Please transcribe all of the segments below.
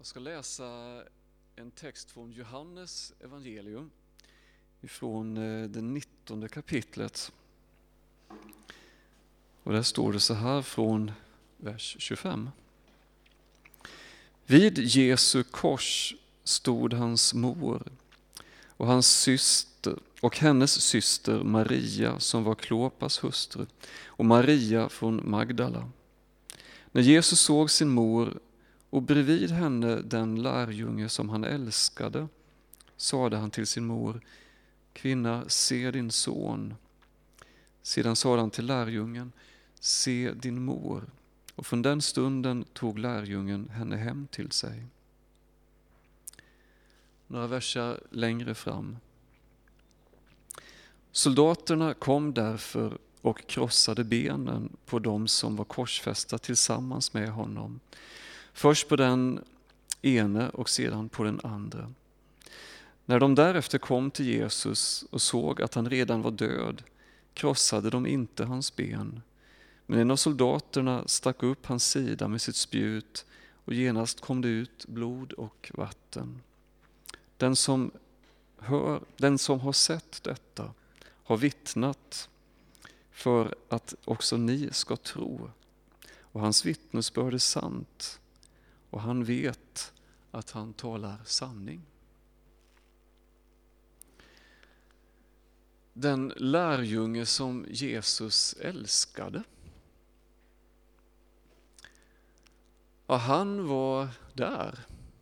Jag ska läsa en text från Johannes evangelium ifrån det 19 kapitlet. Och där står det så här från vers 25. Vid Jesu kors stod hans mor och hans syster och hennes syster Maria som var Klopas hustru och Maria från Magdala. När Jesus såg sin mor och bredvid henne den lärjunge som han älskade, sade han till sin mor: Kvinna, se din son. Sedan sade han till lärjungen: Se din mor. Och från den stunden tog lärjungen henne hem till sig. Några verser längre fram. Soldaterna kom därför och krossade benen på dem som var korsfästa tillsammans med honom. Först på den ene och sedan på den andra. När de därefter kom till Jesus och såg att han redan var död, krossade de inte hans ben. Men en av soldaterna stack upp hans sida med sitt spjut och genast kom det ut blod och vatten. Den som har sett detta har vittnat för att också ni ska tro. Och hans vittnesbörd är sant och han vet att han talar sanning. Den lärjunge som Jesus älskade. Ja, han var där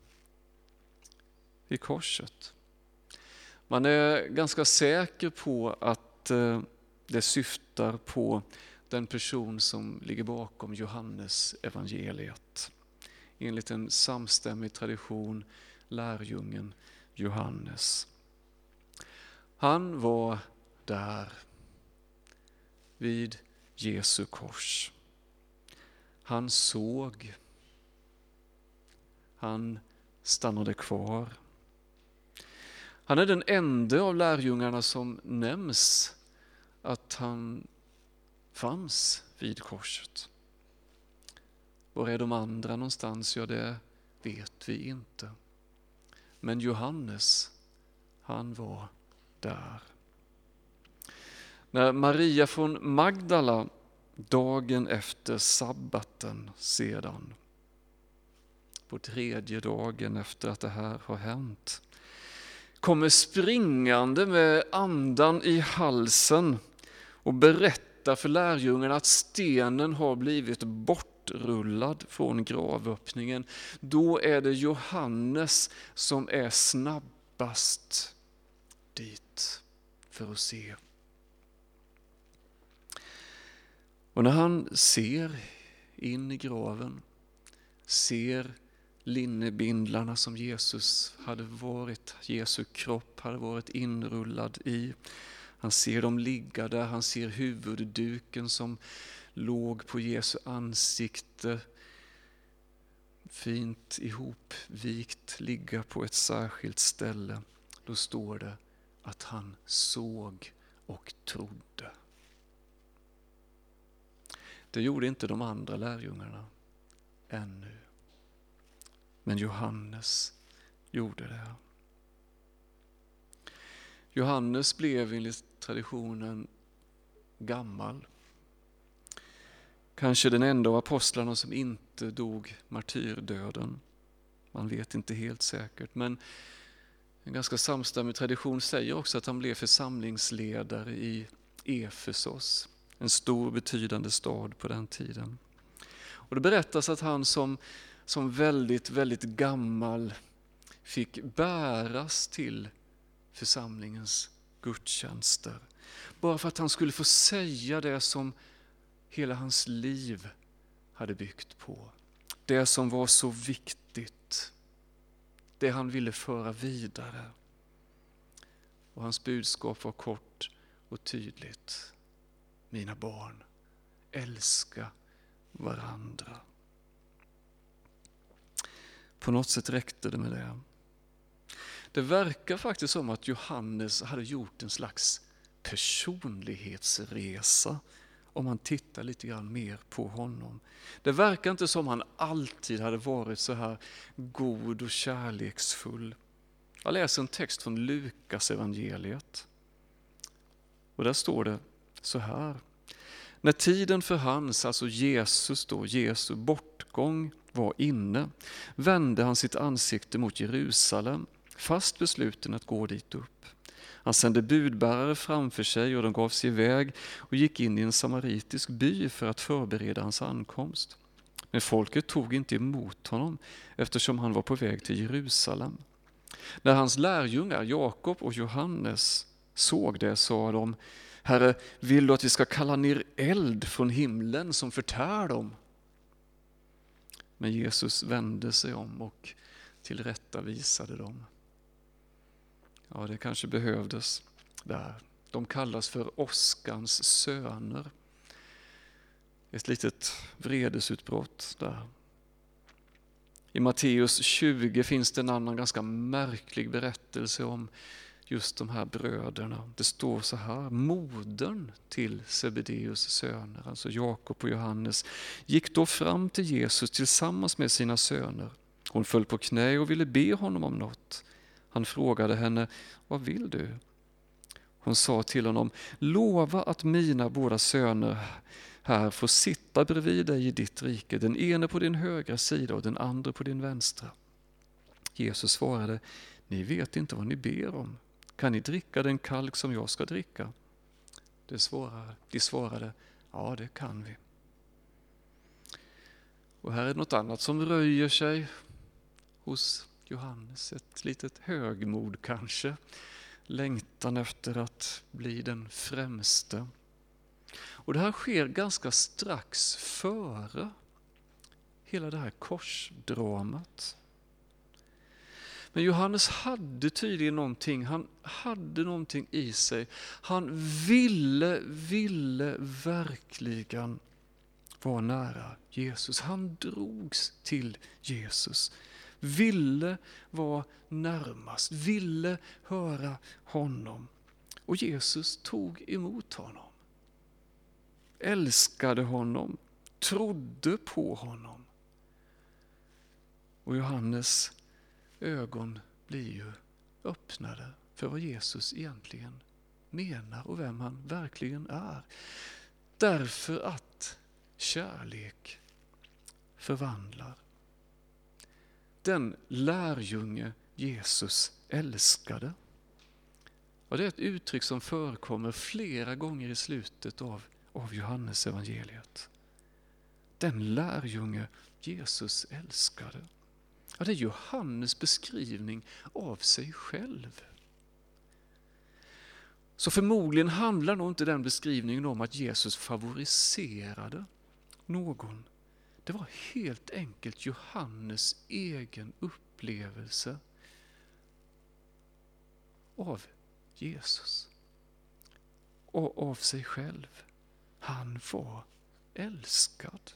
vid korset. Man är ganska säker på att det syftar på den person som ligger bakom Johannes evangeliet. Enligt en samstämmig tradition, lärjungen Johannes. Han var där vid Jesu kors. Han såg. Han stannade kvar. Han är den enda av lärjungarna som nämns att han fanns vid korset. Var är de andra någonstans? Ja, det vet vi inte. Men Johannes, han var där. När Maria från Magdala dagen efter sabbaten sedan, på tredje dagen efter att det här har hänt, kommer springande med andan i halsen och berättar för lärjungarna att stenen har blivit bortrullad från gravöppningen. Då är det Johannes som är snabbast dit för att se. Och när han ser in i graven, ser linnebindlarna som Jesu kropp hade varit inrullad i. Han ser dem ligga där, han ser huvudduken som låg på Jesu ansikte, fint ihopvikt, ligga på ett särskilt ställe. Då står det att han såg och trodde. Det gjorde inte de andra lärjungarna ännu. Men Johannes gjorde det. Johannes blev enligt traditionen gammal. Kanske den enda av apostlarna som inte dog martyrdöden. Man vet inte helt säkert. Men en ganska samstämmig tradition säger också att han blev församlingsledare i Efesos. En stor betydande stad på den tiden. Och det berättas att han som väldigt, väldigt gammal fick bäras till församlingens gudstjänster. Bara för att han skulle få säga det som hela hans liv hade byggt på. Det som var så viktigt. Det han ville föra vidare. Och hans budskap var kort och tydligt. Mina barn, älska varandra. På något sätt räckte det med det. Det verkar faktiskt som att Johannes hade gjort en slags personlighetsresa om man tittar lite grann mer på honom. Det verkar inte som han alltid hade varit så här god och kärleksfull. Jag läser en text från Lukas evangeliet. Och där står det så här. När tiden för hans, alltså Jesu bortgång var inne, vände han sitt ansikte mot Jerusalem, fast besluten att gå dit upp. Han sände budbärare framför sig och de gav sig iväg och gick in i en samaritisk by för att förbereda hans ankomst. Men folket tog inte emot honom eftersom han var på väg till Jerusalem. När hans lärjungar Jakob och Johannes såg det sa de: Herre, vill du att vi ska kalla ner eld från himlen som förtär dem? Men Jesus vände sig om och tillrättavisade dem. Ja, det kanske behövdes där. De kallas för åskans söner. Ett litet vredesutbrott där. I Matteus 20 finns det en annan ganska märklig berättelse om just de här bröderna. Det står så här: modern till Sebedeus söner, alltså Jakob och Johannes, gick då fram till Jesus tillsammans med sina söner. Hon föll på knä och ville be honom om något. Han frågade henne: vad vill du? Hon sa till honom: lova att mina båda söner här får sitta bredvid dig i ditt rike, den ene på din högra sida och den andra på din vänstra. Jesus svarade: ni vet inte vad ni ber om. Kan ni dricka den kalk som jag ska dricka? De svarade: ja, det kan vi. Och här är något annat som röjer sig hos Johannes, ett litet högmod kanske, längtan efter att bli den främste. Och det här sker ganska strax före hela det här korsdramat. Men Johannes hade tydligen någonting, han hade någonting i sig. Han ville verkligen vara nära Jesus. Han drogs till Jesus. Ville vara närmast, ville höra honom. Och Jesus tog emot honom. Älskade honom, trodde på honom. Och Johannes ögon blir ju öppnade för vad Jesus egentligen menar och vem han verkligen är. Därför att kärlek förvandlar. Den lärjunge Jesus älskade. Och det är ett uttryck som förekommer flera gånger i slutet av Johannes evangeliet. Den lärjunge Jesus älskade. Ja, det är Johannes beskrivning av sig själv. Så förmodligen handlar nog inte den beskrivningen om att Jesus favoriserade någon. Det var helt enkelt Johannes egen upplevelse av Jesus och av sig själv. Han var älskad.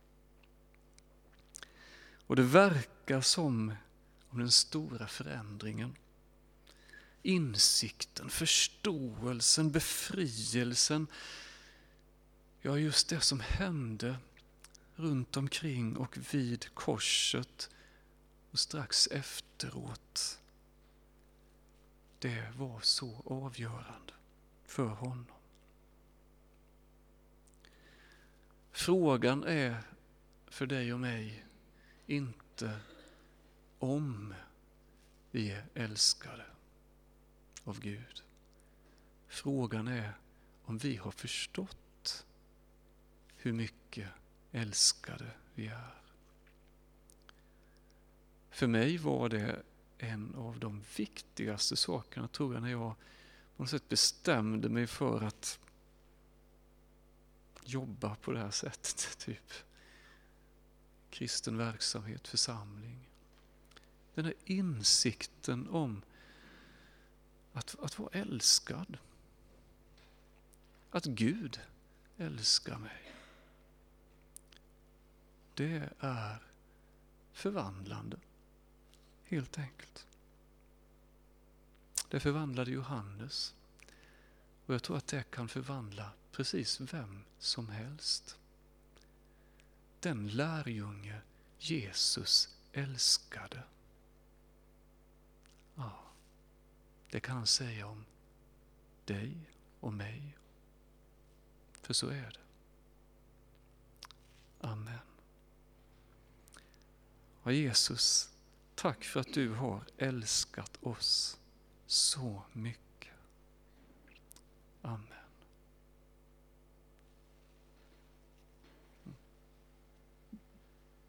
Och det verkar som om den stora förändringen, insikten, förståelsen, befrielsen, ja, just det som hände runt omkring och vid korset och strax efteråt, det var så avgörande för honom. Frågan är för dig och mig inte om vi är älskade av Gud. Frågan är om vi har förstått hur mycket älskade vi är. För mig var det en av de viktigaste sakerna, tror jag, när jag på något sätt bestämde mig för att jobba på det här sättet, typ kristen verksamhet, församling. Den här insikten om att vara älskad. Att Gud älskar mig. Det är förvandlande, helt enkelt. Det förvandlade Johannes. Och jag tror att det kan förvandla precis vem som helst. Den lärjunge Jesus älskade. Ja, det kan han säga om dig och mig. För så är det. Amen. Och Jesus, tack för att du har älskat oss så mycket. Amen.